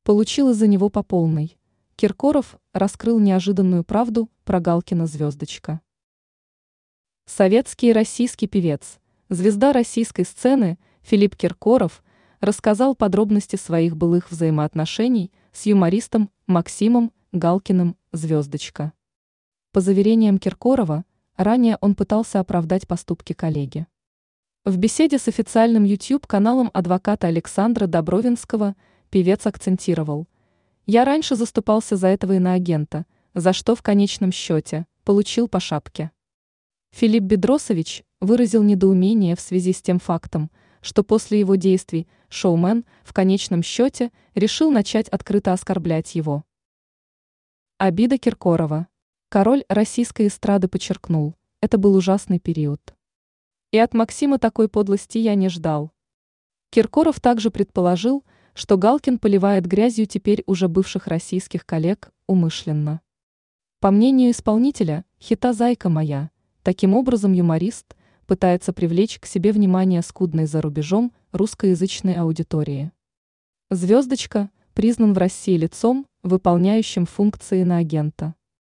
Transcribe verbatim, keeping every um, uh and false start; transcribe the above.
получил из-за него по полной. Киркоров раскрыл неожиданную правду про Галкина звездочка. Советский и российский певец, звезда российской сцены Филипп Киркоров рассказал подробности своих былых взаимоотношений с юмористом Максимом Галкиным «Звездочка». По заверениям Киркорова, ранее он пытался оправдать поступки коллеги. В беседе с официальным YouTube-каналом адвоката Александра Добровинского певец акцентировал: «Я раньше заступался за этого иноагента, за что в конечном счете получил по шапке». Филипп Бедросович выразил недоумение в связи с тем фактом, что после его действий шоумен в конечном счете решил начать открыто оскорблять его. Обида Киркорова. Король российской эстрады подчеркнул: это был ужасный период. И от Максима такой подлости я не ждал. Киркоров также предположил, что Галкин поливает грязью теперь уже бывших российских коллег умышленно. По мнению исполнителя хита «Зайка моя», таким образом юморист пытается привлечь к себе внимание скудной за рубежом русскоязычной аудитории. «Звездочка» признан в России лицом, выполняющим функции иноагента.